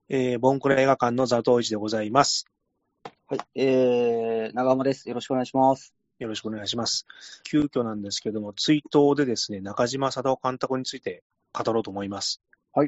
ボンクラ映画館の座頭市でございます。 はい、長浜です。よろしくお願いします。 よろしくお願いします。急遽なんですけども、追悼でですね、中島貞夫監督について語ろうと思います。 はい。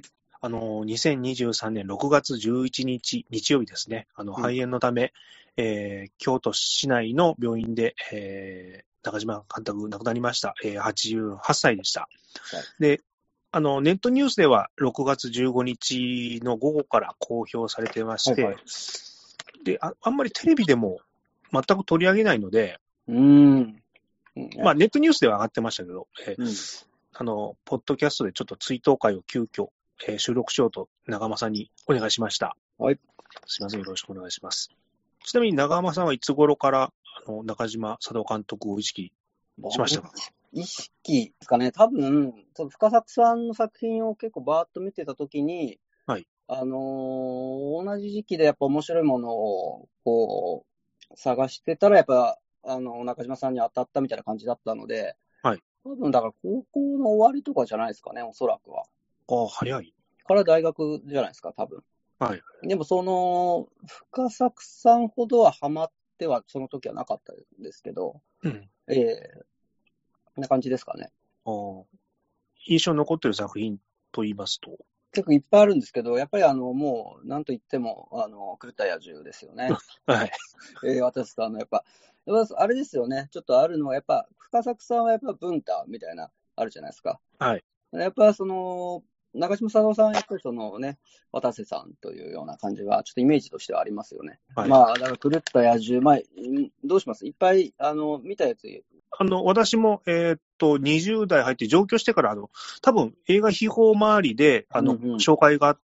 2023年6月11日、日曜日ですね、肺炎のため、京都市内の病院で、中島監督亡くなりました。88歳でした。はい、で、ネットニュースでは6月15日の午後から公表されてまして、はいはい、で、あんまりテレビでも全く取り上げないので、まあ、ネットニュースでは上がってましたけど、ポッドキャストでちょっと追悼会を急遽、収録しようと長浜さんにお願いしました。 はい。 すみません、よろしくお願いします。ちなみに長浜さんはいつ頃から中島貞夫監督を意識しましたか？ 意識ですかね。多分、深作さんの作品を結構バーッと見てたときに、 はい。 同じ時期でやっぱ面白いものをこう探してたらやっぱ中島さんに当たったみたいな感じだったので、 はい。 多分だから高校の終わりとかじゃないですかね、おそらくは。 ああ、早い。 から大学じゃないですか、多分。 はい。 でも深作さんほどはハマってはその時はなかったんですけど、こんな感じですかね。 印象に残ってる作品と言いますと、 結構いっぱいあるんですけど、やっぱりもう、なんといっても、狂った野獣ですよね。 はい。 私とやっぱ、あれですよね。ちょっとあるのは、やっぱ、深作さんはやっぱ文太みたいな、あるじゃないですか。 はい。 やっぱ中島貞夫さんはやっぱり渡瀬さんというような感じは、ちょっとイメージとしてはありますよね。はい、まあ、だから狂った野獣、まあ、どうします？いっぱい、見たやつ。 私も、20代入って上京してから、多分映画秘宝周りで、紹介があって、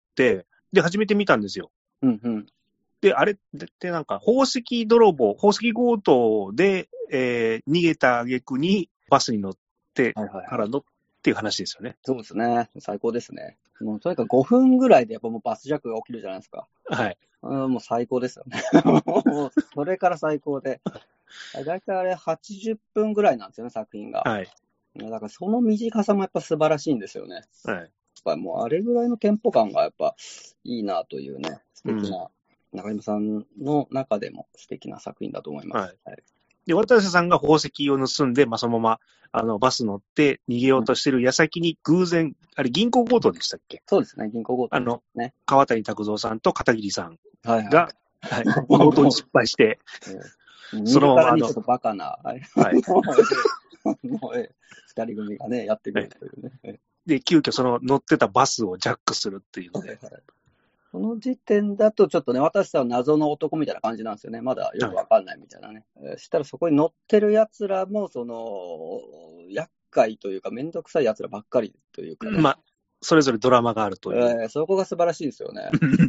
で、初めて見たんですよ。で、あれってなんか、宝石強盗で、逃げた挙句にバスに乗ってからのっていう話ですよね。 そうですね。最高ですね。もうとにかく5分ぐらいでやっぱもうバスジャックが起きるじゃないですか。 はい。 もう最高ですよね。もうそれから最高で。だいたいあれ80分ぐらいなんですよね、作品が。 はい。 だからその短さもやっぱ素晴らしいんですよね。はい。やっぱもうあれぐらいのテンポ感がやっぱいいなというね、素敵な、中島さんの中でも素敵な作品だと思います。はい。 で、渡瀬さんが宝石を盗んで、まあ、そのまま、バス乗って逃げようとしてる矢先に偶然、あれ銀行強盗でしたっけ？ そうですね、銀行強盗、ね。 川谷拓三さんと片桐さんが、強盗に失敗して、 そのままちょっとバカな、はい。二人組がね、やってくるというね。 で、急遽乗ってたバスをジャックするっていうので。 その時点だとちょっとね、私は謎の男みたいな感じなんですよね。まだよくわかんないみたいなね。したらそこに乗ってる奴らも、厄介というか、めんどくさい奴らばっかりというかね。 まあ、それぞれドラマがあるという。 そこが素晴らしいですよね。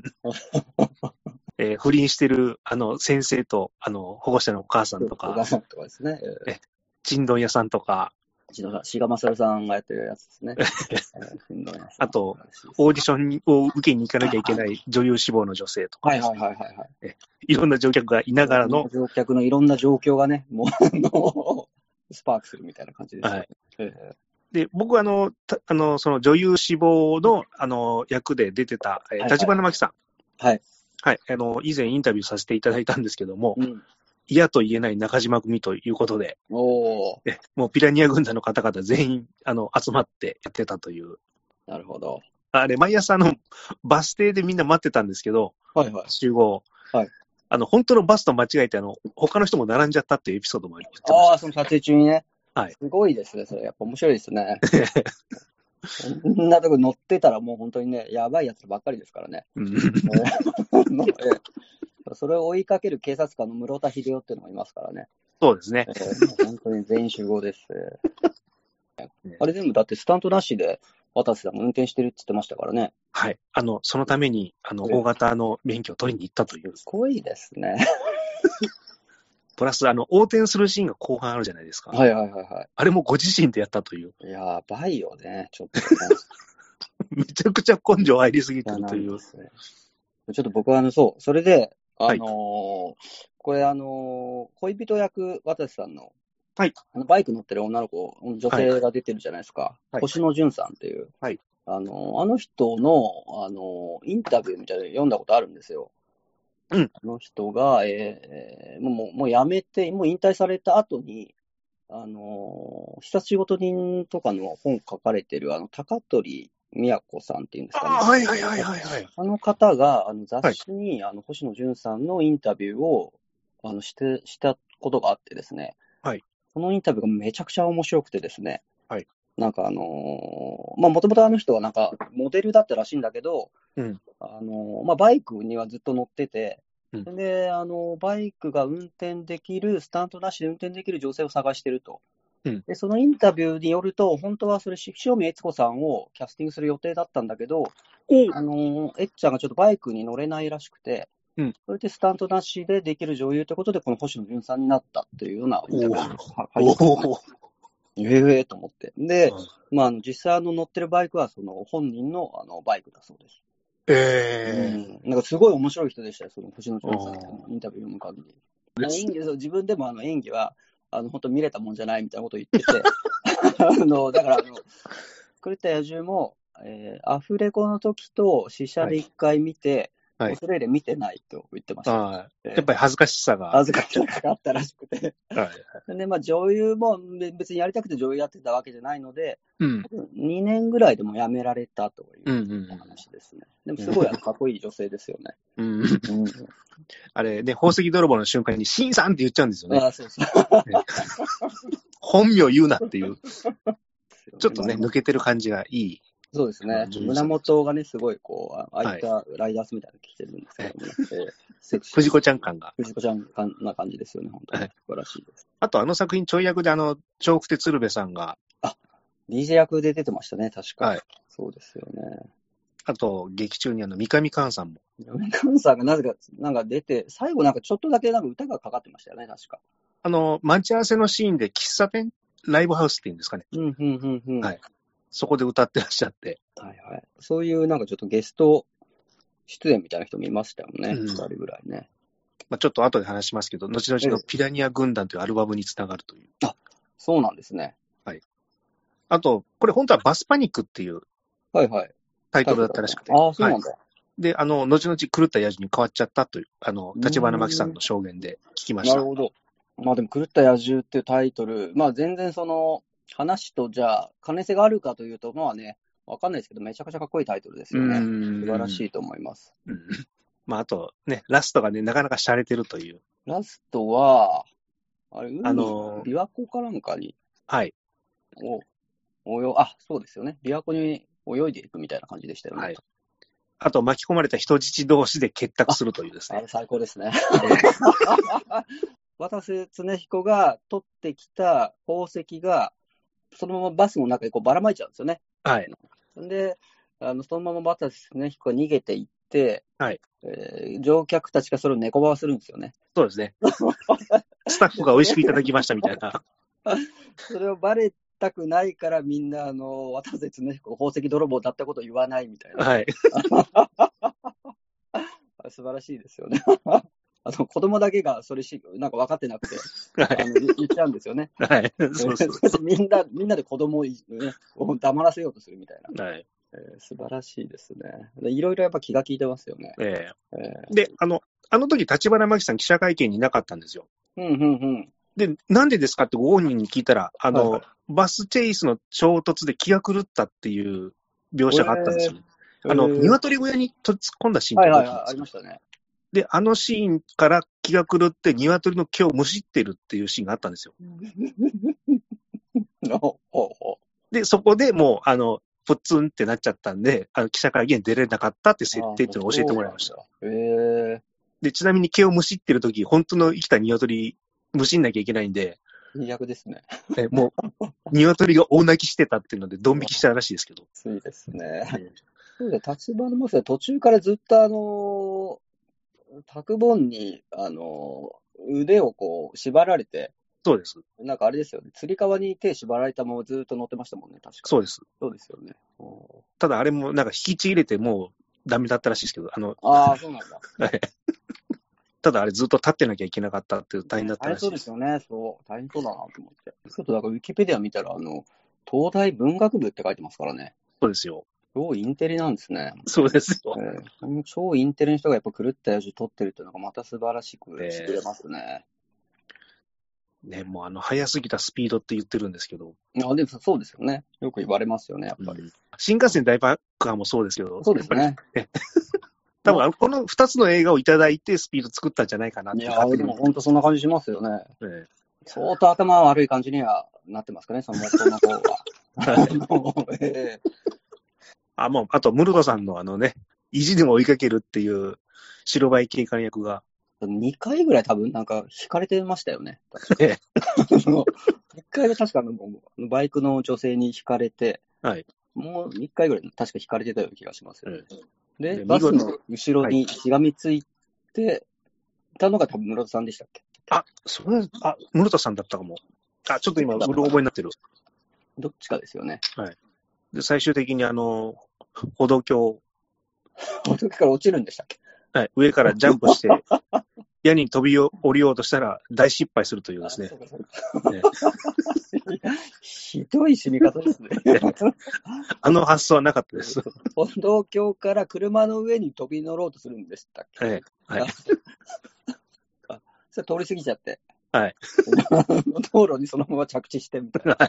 不倫してる、先生と、保護者のお母さんとか。 お母さんとかですね。 ちんどん屋さんとか。 志賀勝さんがやってるやつですね。 あと、オーディションを受けに行かなきゃいけない女優志望の女性とか。いろんな乗客がいながらの。 乗客のいろんな状況がね、もう、スパークするみたいな感じですね。はい。 で、僕はその女優志望の、役で出てた、立花真希さん。はい。はい。以前インタビューさせていただいたんですけども、嫌と言えない中島組ということで、もうピラニア軍団の方々全員、集まってやってたという。 なるほど。 あれ、毎朝バス停でみんな待ってたんですけど、集合。はい。本当のバスと間違えて、他の人も並んじゃったっていうエピソードも言ってました。 ああ、その撮影中にね。はい。すごいですね、それ。やっぱ面白いですね。こんなとこ乗ってたらもう本当にね、やばいやつばっかりですからね。それを追いかける警察官の室田秀夫っていうのもいますからね。 そうですね。 本当に全員集合です。あれ全部だってスタントなしで渡瀬さんも運転してるって言ってましたからね。 はい。そのために、大型の免許を取りに行ったという。 すごいですね。 プラス、横転するシーンが後半あるじゃないですか。 はいはいはいはい。 あれもご自身でやったという。 やばいよね、ちょっと、ね。 めちゃくちゃ根性入りすぎてるという。 ちょっと僕はそう、それで、これ恋人役、渡瀬さんの、はい。バイク乗ってる女の子、女性が出てるじゃないですか。はい、星野純さんっていう。はい。 あの人の、インタビューみたいなの読んだことあるんですよ。 うん。 あの人が、もう辞めて、もう引退された後に、久仕事人とかの本書かれてる、高取都さんっていうんですかね。 ああ、はいはいはいはいはい。 あの方が、雑はい。 誌に、星野淳さんのインタビューを、したことがあってですね、 はい。 そのインタビューがめちゃくちゃ面白くてですね、 はい。 なんかまあ、もともとあの人はなんか、モデルだったらしいんだけど、 うん。 まあ、バイクにはずっと乗ってて、 うん。 で、バイクが運転できる、スタントなしで運転できる女性を探してると。 うん。 で、そのインタビューによると、本当はそれ、塩見悦子さんをキャスティングする予定だったんだけど、 おう。 えっちゃんがちょっとバイクに乗れないらしくて、 うん。 それでスタントなしでできる女優ということで、この星野源さんになったっていうようなインタおう。 ビューが入ってたのね。 おう。 と思って。で、 うん。 まあ、実際乗ってるバイクはその本人のバイクだそうです。 ええなんかすごい面白い人でしたよ、その星野ー。 源さんのインタビュー読む限り。自分でも演技は、本当見れたもんじゃないみたいなことを言ってて、だから、狂った野獣も、アフレコの時と試写で一回見て、 はい。 それ以来見てないと言ってました。 ああ、やっぱり恥ずかしさが。 恥ずかしさがあったらしくて。 はい。 で、まあ、女優も別にやりたくて女優やってたわけじゃないので、 うん。 2年ぐらいでも辞められたというんうう話ですね。でもすごいかっこいい女性ですよね。 うん。 うん。 あれね、宝石泥棒の瞬間に、シンさんって言っちゃうんですよね。 ああ、そうそう。 ね本名言うなっていう、ちょっとね、 まあ抜けてる感じがいい。 そうですね。胸女優さん。 元がね、すごいこう、ああいっはい。 たライダースみたいなの着てるんですけどもね。セクシー。 藤子ちゃん感が。 藤子ちゃんな感じですよね、本当に。 はい。 素晴らしいです。 あとあの作品ちょい役で笑福亭鶴瓶さんが、 あ、DJ 役で出てましたね、確か。 はい。 そうですよね。 あと劇中に三上寛さんも。 米川さんがなぜか、なんか出て、最後なんかちょっとだけなんか歌がかかってましたよね、確か。 待ち合わせのシーンで喫茶店、ライブハウスっていうんですかね。 うん、うん、うん、うん。 はい。そこで歌ってらっしゃって。 はいはい。そういうなんかちょっとゲスト出演みたいな人もいましたよね、 うん。 二人ぐらいね。 まあ、ちょっと後で話しますけど、後々のピラニア軍団というアルバムにつながるという。 あ、そうなんですね。 はい。あと、これ本当はバスパニックっていうはいはい。 タイトルだったらしくて。 ああ、そうなんだ。 で、後々狂った野獣に変わっちゃったという、立花真紀さんんの証言で聞きました。 なるほど。まあでも、狂った野獣っていうタイトル、まあ全然その、話とじゃあ、関連性があるかというと、まあね、わかんないですけど、めちゃくちゃかっこいいタイトルですよね。素晴らしいと思います。 うん。まあ、あとね、ラストがね、なかなか洒落てるという。 ラストは、あれ、 あ琵の琶湖かなんかに、 はい。 そうですよね。琵琶湖に泳いでいくみたいな感じでしたよね。 はい。あと、巻き込まれた人質同士で結託するというですね。 あれ最高ですね。渡瀬恒彦が取ってきた宝石が、そのままバスの中にこうばらまいちゃうんですよね。 はい。 で、そのまま渡瀬恒彦が逃げていって、 はい。 乗客たちがそれを猫ばわするんですよね。 そうですね。スタッフが美味しくいただきましたみたいな。 それをバレたくないからみんな、渡瀬恒彦が宝石泥棒だったことを言わないみたいな。 はい。 素晴らしいですよね。子供だけがそれなんか分かってなくて、 はい。 言っちゃうんですよね。 はい。そうそうそれでみんなで子供を、ね、黙らせようとするみたいな。 はい。 素晴らしいですね。いろいろやっぱ気が利いてますよね。 で、あの時、立花真紀さん記者会見にいなかったんですよ。 うんうんうん。 で、なんでですかってご本人に聞いたら、 はいはいバスチェイスの衝突で気が狂ったっていう描写があったんですよね。鶏小屋に突っ込んだシーンって覚えてますか？ ありましたね。 で、あのシーンから気が狂って鶏の毛をむしってるっていうシーンがあったんですよ。で、そこでもう、プッツンってなっちゃったんで、記者会見に出れなかったって設定っていうのを教えてもらいました。で、ちなみに毛をむしってるとき、本当の生きた鶏、むしんなきゃいけないんで、 いい役ですね。 もう、鶏が大泣きしてたっていうので、ドン引きしたらしいですけど。 ついですね。そうだ、立花も途中からずっとタクボンに、腕をこう縛られて、 そうです。 なんかあれですよね、つり革に手縛られたままずっと乗ってましたもんね、確か。 そうです。 そうですよね。 ただあれもなんか引きちぎれてもうダメだったらしいですけど、 そうなんだ。 ただあれずっと立ってなきゃいけなかったっていう大変だったらしいです。 そうですよね。そう、大変そうだなと思って。ちょっとだからウィキペディア見たら、東大文学部って書いてますからね。 そうですよ。 超インテリなんですね。 そうですよ。 この超インテリの人がやっぱ狂った野獣取ってるっていうのがまた素晴らしくしてくれますね。 ね、もう速すぎたスピードって言ってるんですけど。 でもそうですよね。よく言われますよね、やっぱり。 新幹線大爆破もそうですけど。 そうですね。 多分この2つの映画をいただいてスピード作ったんじゃないかなって。 いや、でも本当そんな感じしますよね。相当頭悪い感じにはなってますかね、その元の方は。 もう、あと、ムルトさんの意地でも追いかけるっていう白バイ警官役が。 2回ぐらい多分なんか引かれてましたよね。1回で確かバイクの女性に引かれて、 はい、 もう1回ぐらい確か引かれてたような気がしますよね。で、バスの後ろにしがみついてたのが多分室田さんでしたっけ？ 室田さんだったかも。ちょっと今、うろ覚えになってる。 どっちかですよね。 はい。で、最終的に歩道橋から落ちるんでしたっけ？ はい。上からジャンプして、屋に飛び降りようとしたら大失敗するというですね。 ひどい死に方ですね。 発想はなかったです。 歩道橋から車の上に飛び乗ろうとするんでしたっけ？ はい。 それ通り過ぎちゃって。 はい。 道路にそのまま着地してみたいな。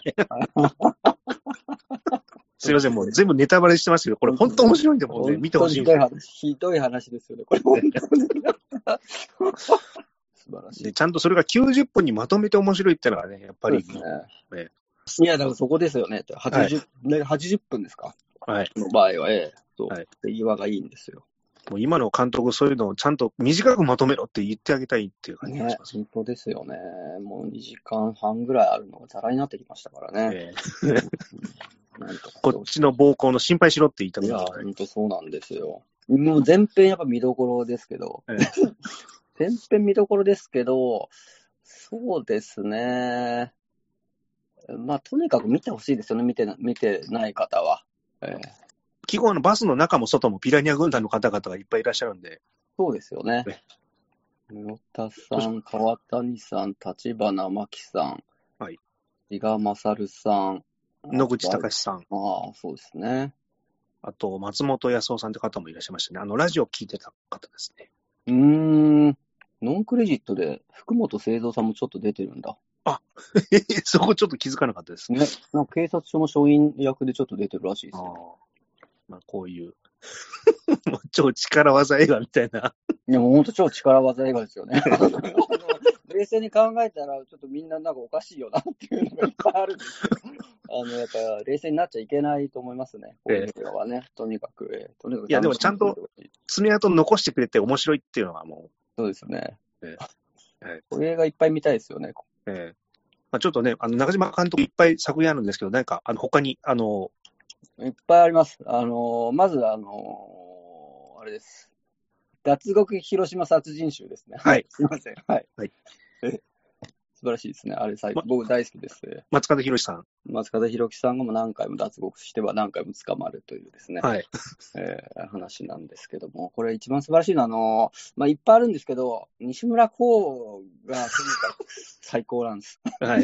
すいません、もう全部ネタバレしてますけど、これ本当面白いんで、もうね、見てほしい。 ひどい話ですよね、これ。本当に素晴らしい。 ちゃんとそれが90分にまとめて面白いってのがね、やっぱり。 いや、だからそこですよね。80分ですか？ はい。 の場合は、そう。手際がいいんですよ。 もう今の監督、そういうのをちゃんと短くまとめろって言ってあげたいっていう感じがします。 本当ですよね。もう2時間半ぐらいあるのがざらになってきましたからね。 こっちの暴行の心配しろって言ったの。 いや、本当そうなんですよ。もう前編やっぱ見どころですけど、前編見どころですけど、そうですね。まあ、とにかく見てほしいですよね、見てない方は。 基本バスの中も外もピラニア軍団の方々がいっぱいいらっしゃるんで。 そうですよね。室田さん、川谷さん、立花真希さん、比嘉勝さん、 野口隆さん。 そうですね。 あと、松本康夫さんって方もいらっしゃいましたね。ラジオ聞いてた方ですね。 ノンクレジットで福本清三さんもちょっと出てるんだ。 そこちょっと気づかなかったですね。なんか警察署の署員役でちょっと出てるらしいですよ。 まあ、こういう、超力技映画みたいな。 いや、もう本当超力技映画ですよね。冷静に考えたら、ちょっとみんななんかおかしいよなっていうのがいっぱいあるんですけど、やっぱ冷静になっちゃいけないと思いますね。こういう映画はね。とにかく。 いや、でもちゃんと爪痕残してくれて面白いっていうのはもう。 そうですね。こういう映画いっぱい見たいですよね。 まあ、ちょっとね、中島監督いっぱい作品あるんですけど、何か、他に、 いっぱいあります。まず、あれです。脱獄広島殺人集ですね。 はい。 すいません。はい。 はい。 素晴らしいですね。あれ僕大好きです。 松方弘樹さん。 松方弘樹さんがも何回も脱獄しては何回も捕まるというですね。 はい。 話なんですけども、これ一番素晴らしいのは、まあ、いっぱいあるんですけど、西村光がとにかく最高なんです。 はい。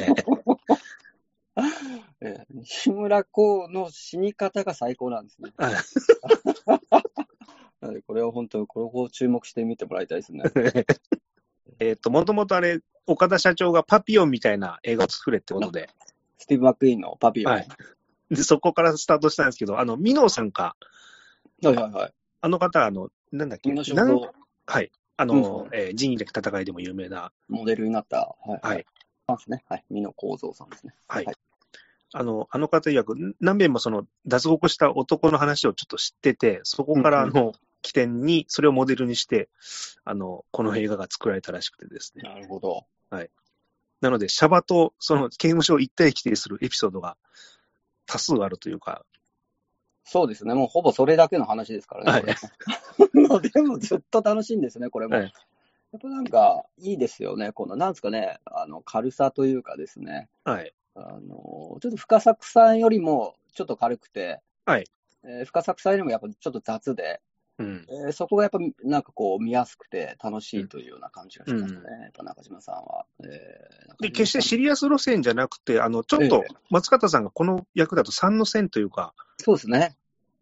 西村光の死に方が最高なんですね。 はい。 なのでこれを本当にこれを注目して見てもらいたいですね。 もともと岡田社長がパピヨンみたいな映画を作れってことで。 スティーブ・マックイーンのパピヨン。 はい。で、そこからスタートしたんですけど、ミノーさんか。 はいはいはい。 あの方、なんだっけ。はい。仁義的戦いでも有名な。 モデルになった。 はい。 ますね。はい。美濃幸三さんですね。 はい。あの方曰く、何遍もその脱獄した男の話をちょっと知ってて、そこから起点に、それをモデルにして、この映画が作られたらしくてですね。 なるほど。 はい。なので、シャバとその刑務所を一対一定するエピソードが多数あるというか。 そうですね。もうほぼそれだけの話ですからね。はい、でもずっと楽しいんですね、これも。はい、やっぱなんか、いいですよね。この、なんですかね、軽さというかですね。 はい。 ちょっと深作さんよりもちょっと軽くて、 はい。 深作さんよりもやっぱちょっと雑で、そこがやっぱなんかこう見やすくて楽しいというような感じがしますね、やっぱ中島さんは。 で、決してシリアス路線じゃなくて、ちょっと松方さんがこの役だと3の線というか、 そうですね。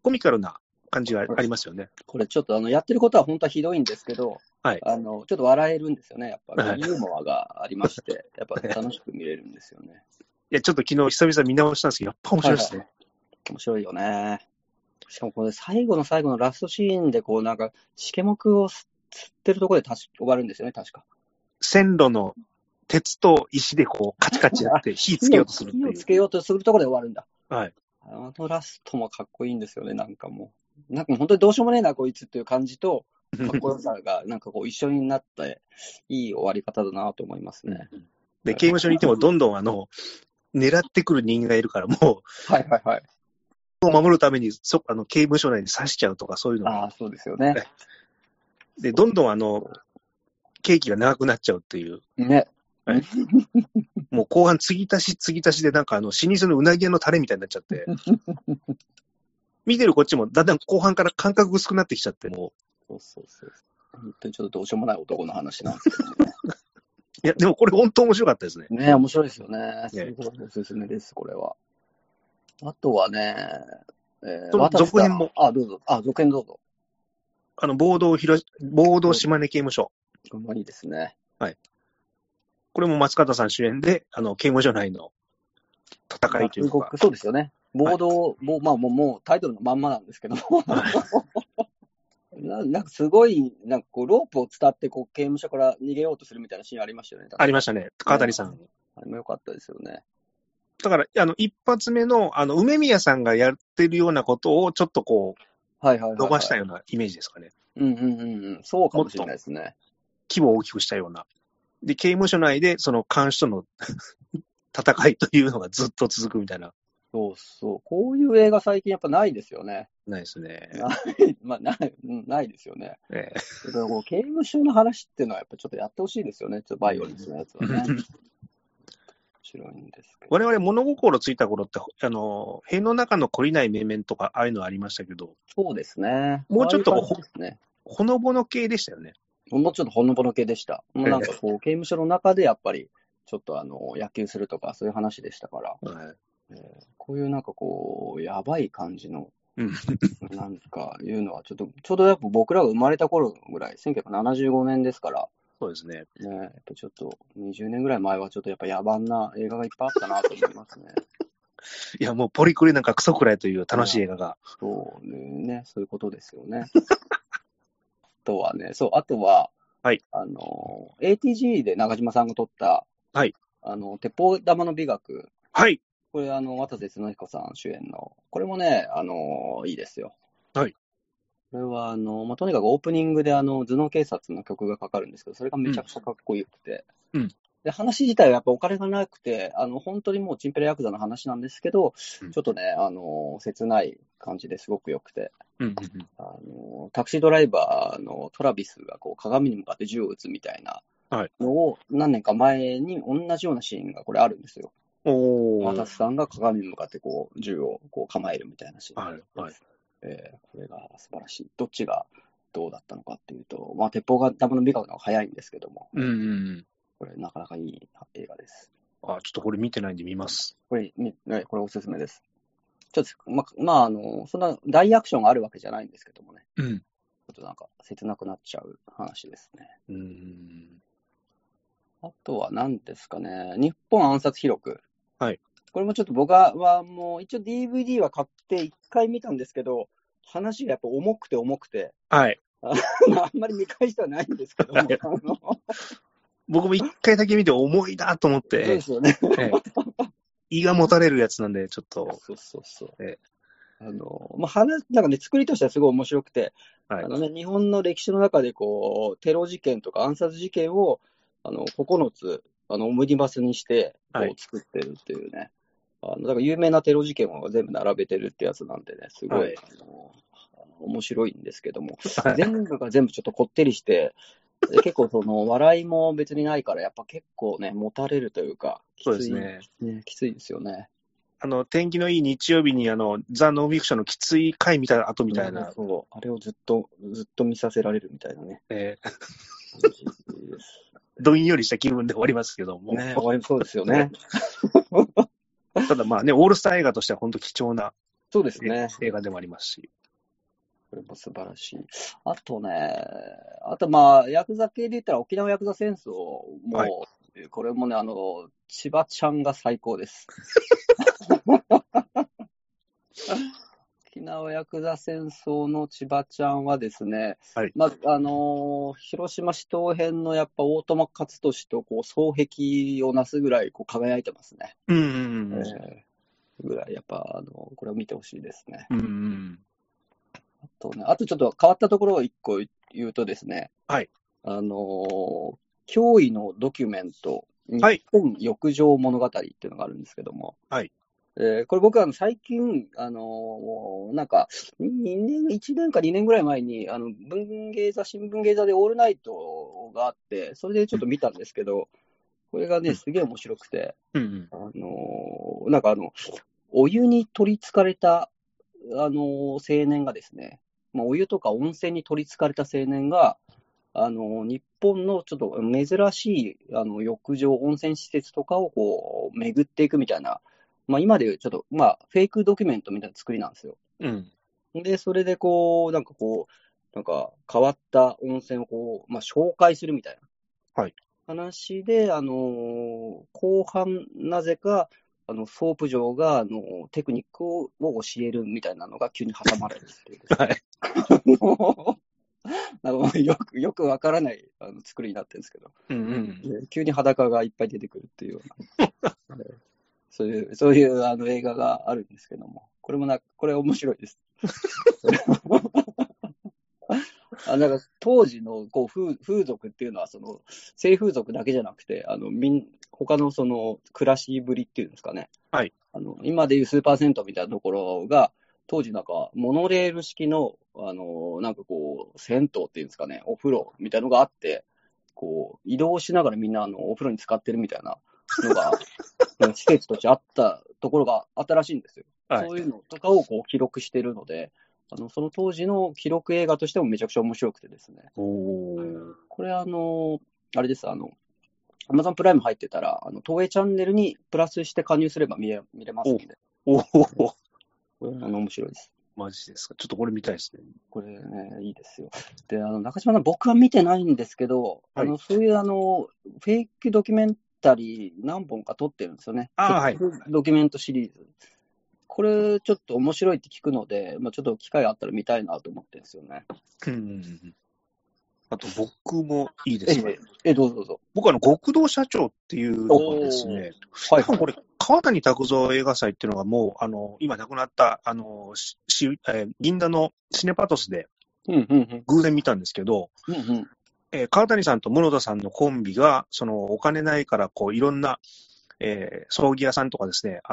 コミカルな感じがありますよね。 これちょっとやってることは本当はひどいんですけど、 はい。 ちょっと笑えるんですよね。やっぱはいユーモアがありまして、やっぱ楽しく見れるんですよね。 いや、ちょっと昨日久々見直したんですけど、やっぱ面白いですね。 面白いよね。しかもこれ最後の最後のラストシーンでこうなんか、シケモクを吸ってるところで終わるんですよね、確か。 線路の鉄と石でこうカチカチやって火つけようとするっていう。 火をつけようとするところで終わるんだ。 はい。 ラストもかっこいいんですよね、なんかもう。なんか本当にどうしようもねえな、こいつっていう感じと、かっこよさがなんかこう一緒になって、いい終わり方だなと思いますね。 で、刑務所にいてもどんどん狙ってくる人間がいるから、もはいはいはい。 う、守るために刑務所内に刺しちゃうとか、そういうのが。 ああ、そうですよね。 で、どんどん刑期が長くなっちゃうっていう。 ね。 はい、もう後半継ぎ足しで、なんか老舗のうなぎ屋のタレみたいになっちゃって、見てるこっちもだんだん後半から感覚薄くなってきちゃって、もう。そう。本当にちょっとどうしようもない男の話なんですけどね。 いや、でもこれ本当面白かったですね。 ね、面白いですよね。すごいおすすめです、これは。あとはね、 続編も。 どうぞ。続編どうぞ。 暴動島根刑務所。 いいですね。 はい。これも松方さん主演で、刑務所内の戦いというか。 そうですよね。暴動、もうタイトルのまんまなんですけど。なんかすごい、なんかこう、ロープを伝ってこう刑務所から逃げようとするみたいなシーンありましたよね。 ありましたね。川谷さん。 あれも良かったですよね。 だから、一発目の、梅宮さんがやってるようなことをちょっとこう、伸ばしたようなイメージですかね。 そうかもしれないですね。 規模を大きくしたような。で、刑務所内でその看守との戦いというのがずっと続くみたいな。 そう。こういう映画最近やっぱないですよね。 ないですね。 ないですよね。だからこう刑務所の話っていうのはやっぱちょっとやってほしいですよね。ちょっとバイオレンスのやつはね。面白いんですけど。 我々物心ついた頃って、塀の中の懲りない面々とか、ああいうのありましたけど。 そうですね。 もうちょっとほのぼの系でしたよね。 もうちょっとほのぼの系でした。もうなんかこう、刑務所の中でやっぱり、ちょっと野球するとかそういう話でしたから。こういうなんかこう、やばい感じの、なんかいうのはちょうどやっぱ僕らが生まれた頃ぐらい、1975年ですから。 そうですね。 やっぱちょっと20年ぐらい前はちょっとやっぱ野蛮な映画がいっぱいあったなと思いますね。 いや、もうポリクリなんかクソくらいという楽しい映画が。 そうね、そういうことですよね。あとは、 はい。 ATG で中島さんが撮った、 はい。 鉄砲玉の美学。 はい。 これ、渡瀬恒彦さん主演の。これもね、いいですよ。 はい。 これは、とにかくオープニングで、頭脳警察の曲がかかるんですけど、それがめちゃくちゃかっこよくて。で、話自体はやっぱお金がなくて、本当にもうチンペラヤクザの話なんですけど、ちょっとね、切ない感じですごくよくて。タクシードライバーのトラビスがこう鏡に向かって銃を撃つみたいなのを何年か前に同じようなシーンがこれあるんですよ。渡瀬さんが鏡に向かってこう銃をこう構えるみたいなシーン。これが素晴らしい。どっちがどうだったのかっていうと、鉄砲が玉の美学の方が早いんですけども、これなかなかいい映画です。 ちょっとこれ見てないんで見ます。 これおすすめです。ちょっと、そんな大アクションがあるわけじゃないんですけどもね。ちょっとなんか切なくなっちゃう話ですね。あとは何ですかね。日本暗殺記録。 はい。 これもちょっと僕はもう一応 DVD は買って一回見たんですけど、話がやっぱ重くて。 はい。 あんまり見返してはないんですけども。 僕も一回だけ見て重いなと思って。 そうですよね。 胃がもたれるやつなんで、ちょっと。 そう。なんかね、作りとしてはすごい面白くて、日本の歴史の中でこう、テロ事件とか暗殺事件を、9つ、オムニバスにして、こう、作ってるっていうね。だから有名なテロ事件を全部並べてるってやつなんでね、すごい、面白いんですけども、全部が全部ちょっとこってりして、結構笑いも別にないから、やっぱ結構ね、もたれるというか、 そうですね。 きついですよね。 天気のいい日曜日にザ・ノンフィクションのきつい回見た後みたいな。 そう、あれをずっと見させられるみたいなね。 どんよりした気分で終わりますけども。 終わりそうですよね。 ただまあね、オールスター映画としては本当貴重な。 そうですね。 映画でもありますし。 これも素晴らしい。あとね、あとまあ、ヤクザ系で言ったら沖縄ヤクザ戦争はいも、これもね、千葉ちゃんが最高です。沖縄ヤクザ戦争の千葉ちゃんはですね、 はい。 まあ、広島市東編のやっぱ大友克俊とこう双璧をなすぐらいこう輝いてますね。 うんうんうん。 ぐらい、やっぱ、これを見てほしいですね。 うんうん。 あとちょっと変わったところを一個言うとですね、 はい。 驚異のドキュメント、日はい。 本浴場物語っていうのがあるんですけども、 はい。 これ僕は最近、なんか、1年か2年ぐらい前に、新聞芸座でオールナイトがあって、それでちょっと見たんですけど、これがね、すげえ面白くて、 うんなんかお湯に取り憑かれた、青年がですね、まあ、お湯とか温泉に取り憑かれた青年が、日本のちょっと珍しい、浴場、温泉施設とかをこう、巡っていくみたいな、まあ、今でいうちょっと、まあ、フェイクドキュメントみたいな作りなんですよ。 うんで、それでこう、なんか変わった温泉をこう、まあ、紹介するみたいな。 はい。 話で、後半、なぜか、ソープ嬢が、テクニックを教えるみたいなのが急に挟まれるっていうですはね。 い。 なんかよくわからない作りになってるんですけど、 うんうん。 急に裸がいっぱい出てくるっていうような、そういう映画があるんですけども、これ面白いです。なんか当時のこう風俗っていうのは、性風俗だけじゃなくて、他のその暮らしぶりっていうんですかね、 はい。 今でいうスーパー銭湯みたいなところが、当時なんかモノレール式の、なんかこう、銭湯っていうんですかね、お風呂みたいなのがあって、こう、移動しながらみんなお風呂に浸かってるみたいなのが、施設としてあったところがあったらしいんですよ。 はい。 そういうのとかをこう記録してるので、その当時の記録映画としてもめちゃくちゃ面白くてですね。 おー。 これあれです、Amazon プライム入ってたら、東映チャンネルにプラスして加入すれば見れますんで、 おお。 これ面白いです。 マジですか。ちょっとこれ見たいですね。 これね、いいですよ。で、中島さん、僕は見てないんですけど、 はい。 そういうフェイクドキュメンタリー何本か撮ってるんですよね。 ああ、はい。 フェイクドキュメントシリーズ。これ、ちょっと面白いって聞くので、まあ、ちょっと機会あったら見たいなと思ってるんですよね。 うんうんうん。あと僕もいいですか。 どうぞどうぞ。 僕極道社長っていうのがですね、 はいはい。 多分これ、川谷拓三映画祭っていうのがもう、今亡くなった、銀座のシネパトスでうんうん偶然見たんですけど、 うん。うんうん。 川谷さんと室田さんのコンビが、お金ないから、こう、いろんな、葬儀屋さんとかですね、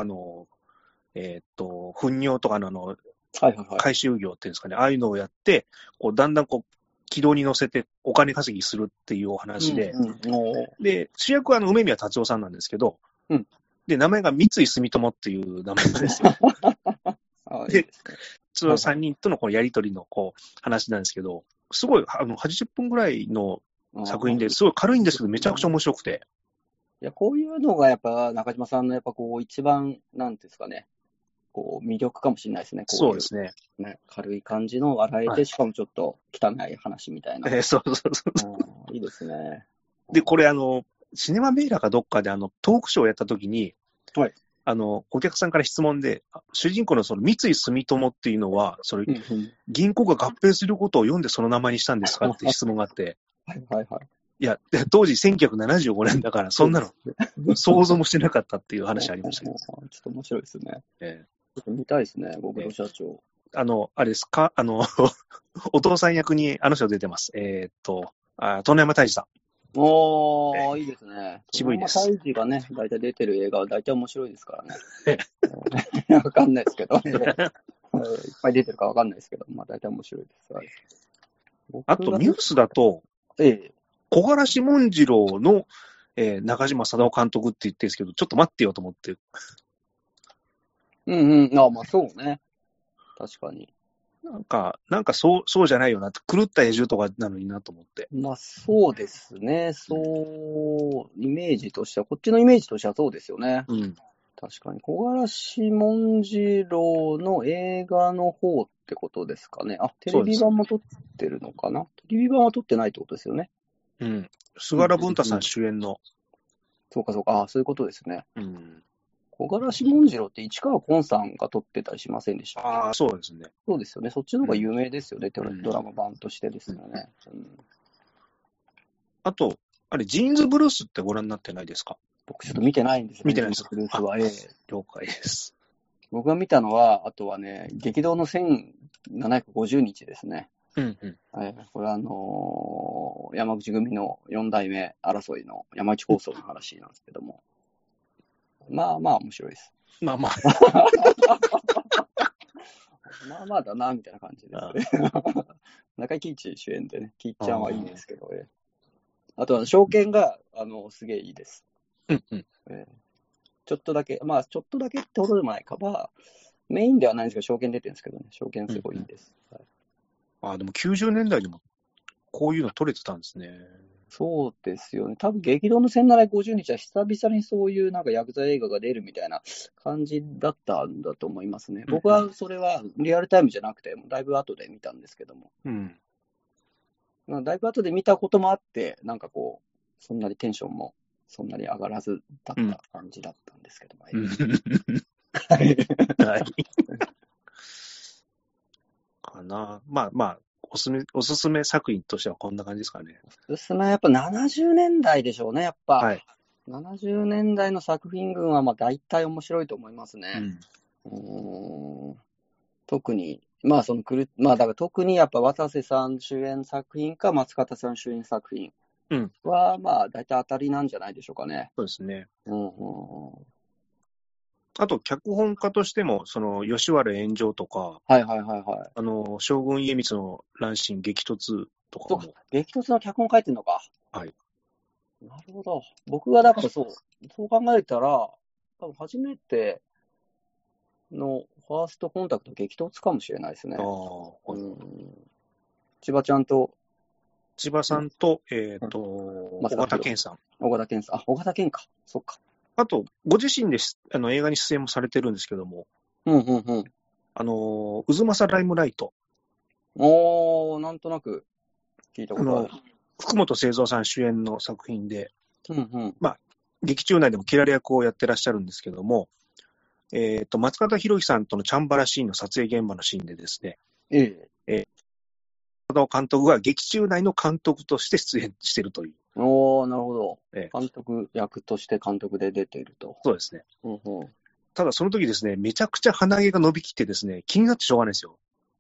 糞尿とかのはいはいはい。 回収業っていうんですかね、ああいうのをやって、こう、だんだんこう、軌道に乗せてお金稼ぎするっていうお話で、 うんうん。 で、主役は梅宮達夫さんなんですけど、 うん。 で、名前が三井住友っていう名前なんですよ。 いいで、 ですね。 その3人とのこうやりとりのこう話なんですけど、すごい、80分ぐらいの作品ですごい軽いんですけど、めちゃくちゃ面白くて。 いや、こういうのがやっぱ中島さんのやっぱこう一番、なんていうんですかね、こう魅力かもしれないですね。こういうそうですね。 ね、軽い感じの笑えて、 はい。 しかもちょっと汚い話みたいな。 そうそうそう。 いいですね。 で、これシネマメーラーかどっかでトークショーをやった時に、 はい。 お客さんから質問で、主人公のその三井住友っていうのは、 うんうん。 銀行が合併することを読んでその名前にしたんですかって質問があって、 はいはいはい。 いや、当時1975年だから、そんなの想像もしてなかったっていう話ありましたけど。 ちょっと面白いですね。 えちょっと見たいですね、極ええ道社長。 あれですか、お父さん役にあの人出てます。殿山泰治さん。 いいですね。 渋いです。 大治がね、大体出てる映画は大体面白いですからね。 えわかんないですけど、いっぱい出てるかわかんないですけど、まあ大体面白いです。はい、 あと、ニュースだと、 ええ。 小柄志文次郎の、中島貞夫監督って言ってるんですけど、ちょっと待ってよと思って。 うんうん。まあそうね。確かに。 なんかそうじゃないよなって、狂った野獣とかなのになと思って。 まあそうですね。イメージとしては、こっちのイメージとしてはそうですよね。 うん。 確かに。木枯らし紋次郎の映画の方ってことですかね。あ、テレビ版も撮ってるのかな。テレビ版は撮ってないってことですよね。 うん。菅原文太さん主演の。 そうかそうか。あ、そういうことですね。 うん。 木枯らし紋次郎って市川崑さんが撮ってたりしませんでしたっけ？ ああ、そうですね。 そうですよね。そっちの方が有名ですよね。 うんドラマ版としてですよね。 あと、あれ、ジーンズブルースってご覧になってないですか？ 僕ちょっと見てないんですよね。 見てないですか？ ジーンズブルースは。 了解です。 僕が見たのは、あとはね、激動の1750日ですね。 うんうん。 これは山口組の4代目争いの山内放送の話なんですけども。まあまあ面白いです。 まあまあ。 まあまあだな、みたいな感じですね。中井貴一主演でね、貴一ちゃんはいいんですけど、あと証券が、すげえいいです。 うんうん。 ちょっとだけ、まあ、ちょっとだけってほどでもないか。まあ、メインではないんですけど、証券出てるんですけどね、証券すごいいいです。 でも90年代にもこういうの撮れてたんですね。 そうですよね。多分、激動の1750日は久々にそういうなんかヤクザ映画が出るみたいな感じだったんだと思いますね。僕はそれはリアルタイムじゃなくて、だいぶ後で見たんですけども。 うん。 だいぶ後で見たこともあって、なんかこう、そんなにテンションもそんなに上がらずだった感じだったんですけども。 はい。かな。まあまあ、おすすめ作品としてはこんな感じですかね。 おすすめはやっぱ70年代でしょうね、やっぱ。 はい。 70年代の作品群はまあ大体面白いと思いますね。特に、まあだから特にやっぱ渡瀬さん主演作品か松方さん主演作品はまあ大体当たりなんじゃないでしょうかね。 そうですね。あと、脚本家としても、吉原炎上とか、将軍家光の乱心激突とかも。 激突の脚本書いてるのか。 はい。 なるほど。僕はだからそう考えたら、多分初めてのファーストコンタクト激突かもしれないですね。千葉ちゃんと。 千葉さんと、小型健さん。 小型健さん。小型健か。そっか。 あと、ご自身で映画に出演もされてるんですけども、渦政ライムライト。 なんとなく聞いたことある。 福本清三さん主演の作品で、まあ、劇中内でも切られ役をやってらっしゃるんですけども、松方弘樹さんとのチャンバラシーンの撮影現場のシーンでですね、監督が劇中内の監督として出演しているという。 なるほど。監督役として監督で出ていると。 そうですね。ただその時ですね、めちゃくちゃ鼻毛が伸びきってですね、気になってしょうがないですよ。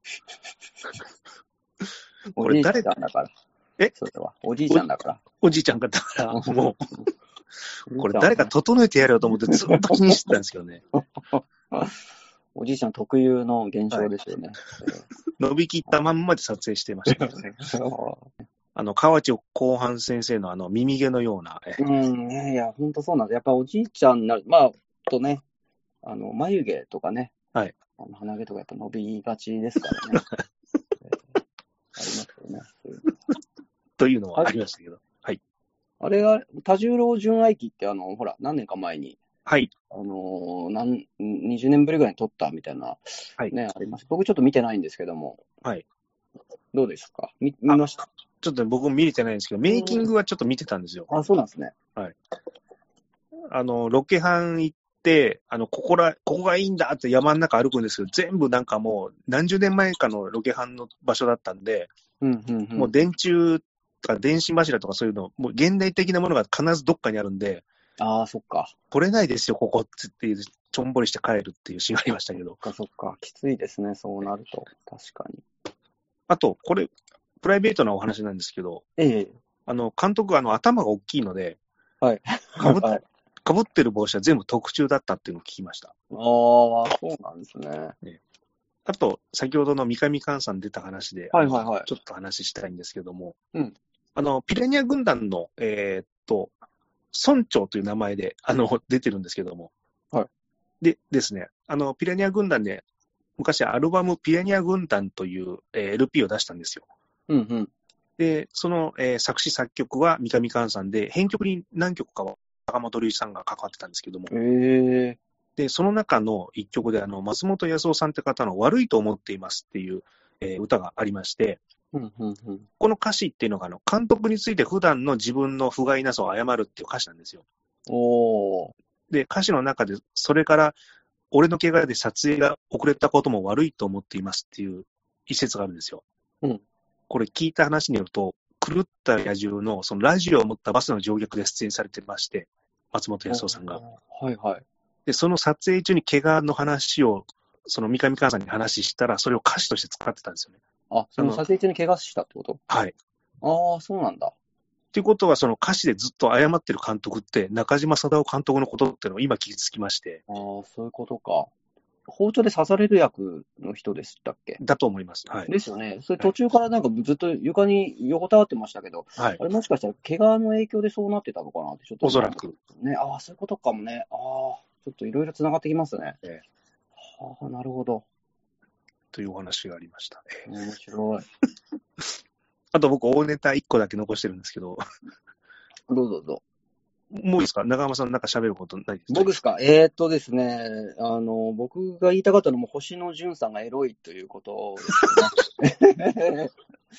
これ誰だから。それは。おじいちゃんだから。 おじいちゃんだから、もう、これ誰か整えてやれよと思ってずっと気にしてたんですけどね。 おじいちゃん特有の現象ですよね。 伸びきったまんまで撮影してましたね。河内後半先生の耳毛のような。 いや、ほんとそうなんです。やっぱおじいちゃんになる。まあ、眉毛とかね。鼻毛とかやっぱ伸びがちですからね。ありますよね。 というのはありましたけど。はい。 あれが、多重郎純愛記ってほら、何年か前に。 はい。 20年ぶりぐらいに撮ったみたいな、ね、あります。僕ちょっと見てないんですけども。 はい。 どうですか？見ました？ ちょっと僕も見れてないんですけど、メイキングはちょっと見てたんですよ。 そうなんですね。 はい。ロケハン行って、ここがいいんだって山の中歩くんですけど、全部なんかもう何十年前かのロケハンの場所だったんで、もう電柱とか電信柱とかそういうの、もう現代的なものが必ずどっかにあるんで、 そっか。 取れないですよ、ここってちょんぼりして帰るっていうシーンがありましたけど。 そっか。きついですね、そうなると。確かに。 あと、これ、プライベートなお話なんですけど、監督頭が大きいので、かぶってる帽子は全部特注だったっていうのを聞きました。 そうなんですね。 あと、先ほどの三上寛さん出た話で、ちょっと話したいんですけども、ピラニア軍団の、村長という名前で、出てるんですけども、でですね、ピラニア軍団で、昔アルバムピラニア軍団という、LP を出したんですよ。で、その、作詞作曲は三上寛さんで、編曲に何曲かは坂本龍一さんが関わってたんですけども、 で、その中の一曲で、松本康夫さんって方の悪いと思っていますっていう、歌がありまして、 うんうんうん。 この歌詞っていうのが、監督について普段の自分の不甲斐なさを謝るっていう歌詞なんですよ。 おー。 で、歌詞の中で、それから、俺の怪我で撮影が遅れたことも悪いと思っていますっていう一節があるんですよ。 うん。 これ聞いた話によると、狂った野獣のそのラジオを持ったバスの乗客で出演されてまして、松本康夫さんが。 はいはい。 で、その撮影中に怪我の話を、その三上寛さんに話したら、それを歌詞として使ってたんですよね。 あ、その撮影中に怪我したってこと？ はい。 ああ、そうなんだ。 ということは、その歌詞でずっと謝ってる監督って、中島貞夫監督のことっていうのを今気づきまして。 ああ、そういうことか。包丁で刺される役の人でしたっけ？ だと思います。はい。 ですよね。それ途中からなんかずっと床に横たわってましたけど、 はい。 あれもしかしたら怪我の影響でそうなってたのかなってちょっと。 おそらく。 ね、ああ、そういうことかもね。ああ、ちょっといろいろ繋がってきますね。はあ、なるほど。 というお話がありました。 面白い。 あと僕、大ネタ1個だけ残してるんですけど、 どうぞどうぞ。 もういいですか？長濱さんなんか喋ることないですか？ 僕ですか？ですね、僕が言いたかったのも、星野源さんがエロいということですね。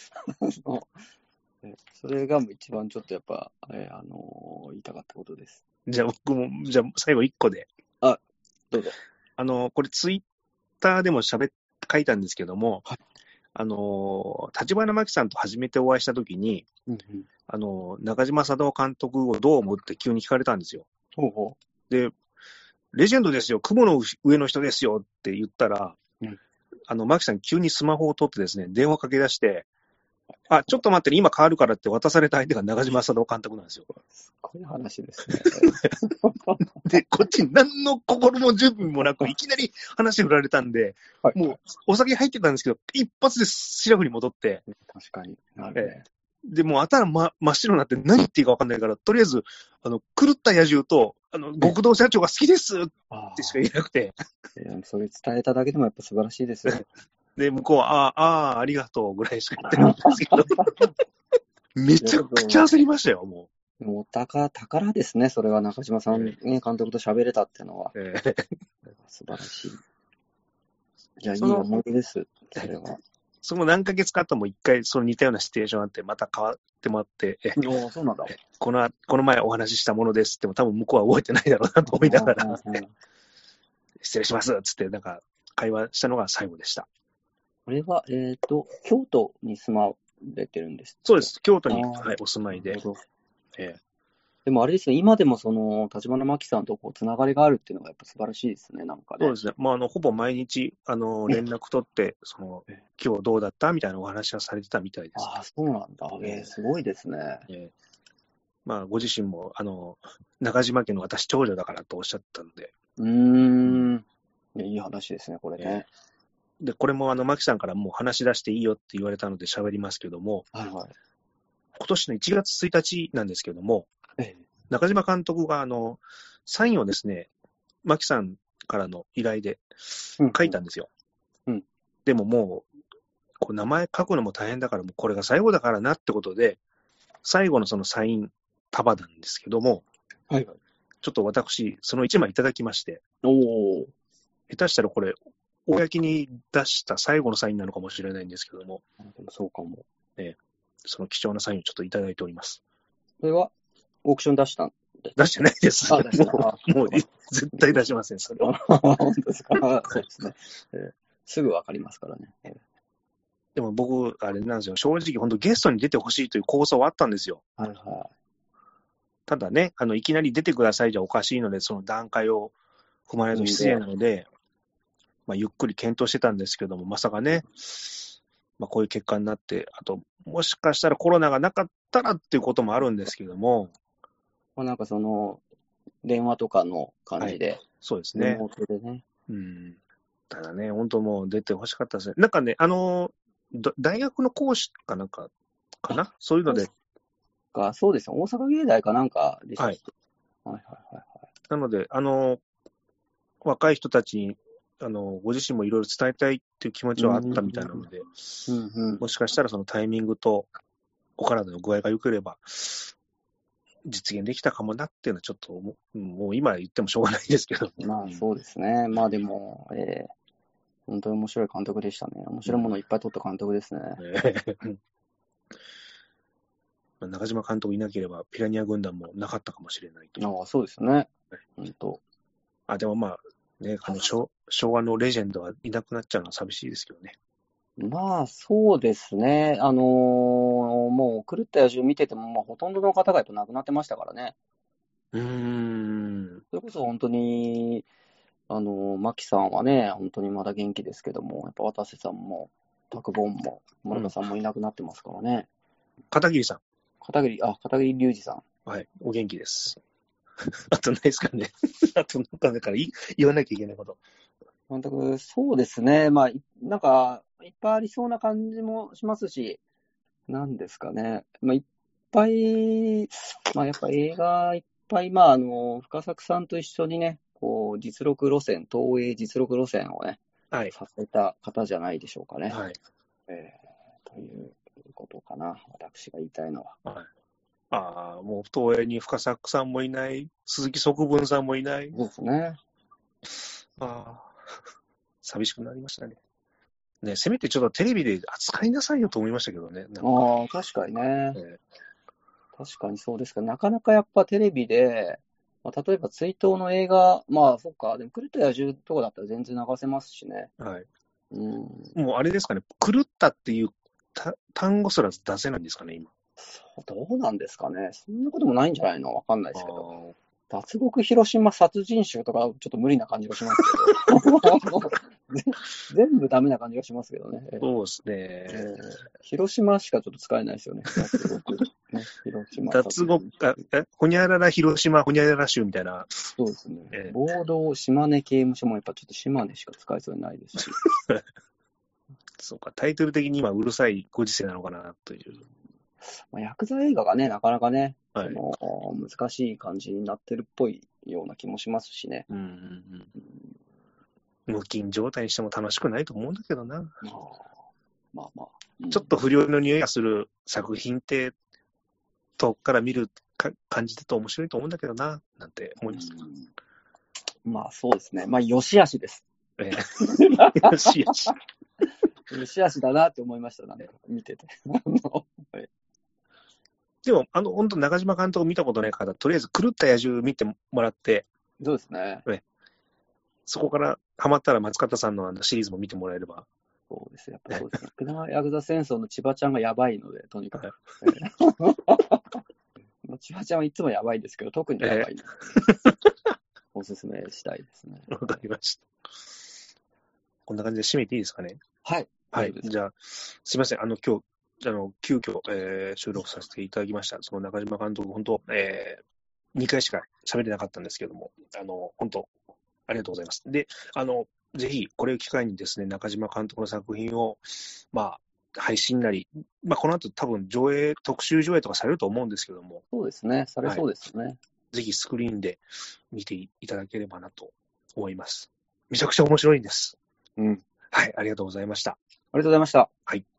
それが一番ちょっとやっぱ、言いたかったことです。 じゃあ僕も、じゃあ最後1個で。 あ、どうぞ。 これツイッターでも書いたんですけども、 はい。 立花真紀さんと初めてお会いしたときに、 うんうん。 中島貞夫監督をどう思うって急に聞かれたんですよ。 ほうほで、レジェンドですよ、雲の上の人ですよって言ったら、 うん真紀さん急にスマホを取ってですね、電話かけ出して、あ、ちょっと待ってね、今変わるからって渡された相手が中島貞夫監督なんですよ。 すごい話ですね。 で、こっちに何の心の準備もなく、いきなり話振られたんで、 はい、 もうお酒入ってたんですけど、一発でシラフに戻って、 確かに。なるね。 で、もう頭真っ白になって何言っていいか分かんないから、とりあえず、狂った野獣と、極道社長が好きですってしか言えなくて。 それ伝えただけでもやっぱ素晴らしいですよ。 で、向こうは、ありがとうぐらいしか言ってないんですけど。めちゃくちゃ焦りましたよ、もう。もう宝ですね、それは中島さん、ね、監督と喋れたっていうのは。素晴らしい。いや、いい思い出です、それは。 その何ヶ月か後も一回その似たようなシチュエーションあって、また変わってもらって、 そうなんだ。 この前お話ししたものですっても多分向こうは覚えてないだろうなと思いながら、失礼しますっつって、なんか会話したのが最後でした。 これは、京都に住まれてるんです。 そうです。京都に、お住まいで。 でもあれですね、今でもその、立花真紀さんとつながりがあるっていうのがやっぱ素晴らしいですね、なんかね。 そうですね。ほぼ毎日、連絡取って、今日どうだったみたいなお話はされてたみたいです。 ああ、そうなんだ。すごいですね。 ご自身も、中島家の私長女だからとおっしゃったので。 いい話ですね、これね。 で、これも真紀さんからもう話し出していいよって言われたので喋りますけども、 はいはい。 今年の1月1日なんですけども、中島監督がサインをですね、真紀さんからの依頼で書いたんですよ。でももう、名前書くのも大変だから、もうこれが最後だからなってことで、最後のそのサイン束なんですけども、 はいはい。 ちょっと私、その1枚いただきまして、下手したらこれ、公に出した最後のサインなのかもしれないんですけども、 そうかも。 その貴重なサインをちょっといただいております。 それは、オークション出したん出してないです。もう絶対出しません、それは。 本当ですか？そうですね。すぐわかりますからね。 でも僕、あれなんですよ、正直、本当ゲストに出てほしいという構想はあったんですよ。 はいはい。 ただね、いきなり出てくださいじゃおかしいので、その段階を踏まないと失礼なので、ゆっくり検討してたんですけども、まさかね、こういう結果になって、あと、もしかしたらコロナがなかったらっていうこともあるんですけども。 なんかその、電話とかの感じで。 そうですね。ただね、本当もう出てほしかったですね。なんかね、大学の講師かなんか、そういうので。 そうですよ。大阪芸大かなんかでしたっけ？はい。 なので、若い人たちに、ご自身もいろいろ伝えたいっていう気持ちはあったみたいなので、もしかしたらそのタイミングとお体の具合が良ければ、 実現できたかもなっていうのはちょっともう今言ってもしょうがないですけど。 まあそうですね。まあでも、本当に面白い監督でしたね。面白いものをいっぱい取った監督ですね。 中島監督いなければピラニア軍団もなかったかもしれないという。 ああ、そうですね。本当。 でもまあ、ね、昭和のレジェンドはいなくなっちゃうのは寂しいですけどね。 まあそうですね。もう狂った野獣見てても、まあほとんどの方がやっぱ亡くなってましたからね。それこそ本当に、牧さんはね、本当にまだ元気ですけども、やっぱ渡瀬さんも、拓本も、村田さんもいなくなってますからね。 片桐さん。 片桐隆二さん。 はい、お元気です。あとないですかね。あとなんかだから言わなきゃいけないこと。 監督、そうですね。まあ、なんか、いっぱいありそうな感じもしますし、なんですかね。まあ、いっぱい、まあ、やっぱ映画いっぱい、まあ、深作さんと一緒にね、こう、実録路線、東映実録路線をね、 はい。 させた方じゃないでしょうかね。 はい。 ということかな、私が言いたいのは。 はい。もう東映に深作さんもいない、鈴木即文さんもいない。 そうですね。 寂しくなりましたね。ね、せめてちょっとテレビで扱いなさいよと思いましたけどね。 確かにね。確かにそうですか。なかなかやっぱテレビで、まあ、例えば追悼の映画、まあそっか、でも狂った野獣とかだったら全然流せますしね。 はい。 もうあれですかね、狂ったっていう単語すら出せないんですかね、今。 どうなんですかね。そんなこともないんじゃないのわかんないですけど。脱獄広島殺人集とかちょっと無理な感じがしますけど。全部ダメな感じがしますけどね。 そうですね。 広島しかちょっと使えないですよね。広島。 脱獄ほにゃらら広島、ほにゃらら州みたいな。 そうですね。暴動島根刑務所もやっぱちょっと島根しか使えそうにないですし。 そうか、タイトル的に今うるさいご時世なのかなという。 まあ、ヤクザ映画がね、なかなかね、難しい感じになってるっぽいような気もしますしね。 無菌状態にしても楽しくないと思うんだけどな。 まあ。 ちょっと不良の匂いがする作品って、遠くから見る感じだと面白いと思うんだけどな、なんて思います。 まあそうですね。まあ、よしあしです。 よしあし。 よしあしだなって思いました、なんか見てて。 でも、本当中島監督見たことない方、とりあえず狂った野獣見てもらって、 そうですね。 そこからハマったら松方さんのシリーズも見てもらえれば。 そうです。やっぱそうですね。沖縄ヤクザ戦争の千葉ちゃんがやばいので、とにかく。千葉ちゃんはいつもやばいですけど、特にやばいので、おすすめしたいですね。 わかりました。こんな感じで締めていいですかね。 はい。 じゃあ、すいません。今日、急遽、収録させていただきました。その中島監督、本当、2回しか喋れなかったんですけども、本当、ありがとうございます。で、ぜひ、これを機会にですね、中島監督の作品を、配信なり、この後多分特集上映とかされると思うんですけども。 そうですね。されそうですね。 ぜひスクリーンで見ていただければなと思います。めちゃくちゃ面白いんです。はい、ありがとうございました。 ありがとうございました。 はい。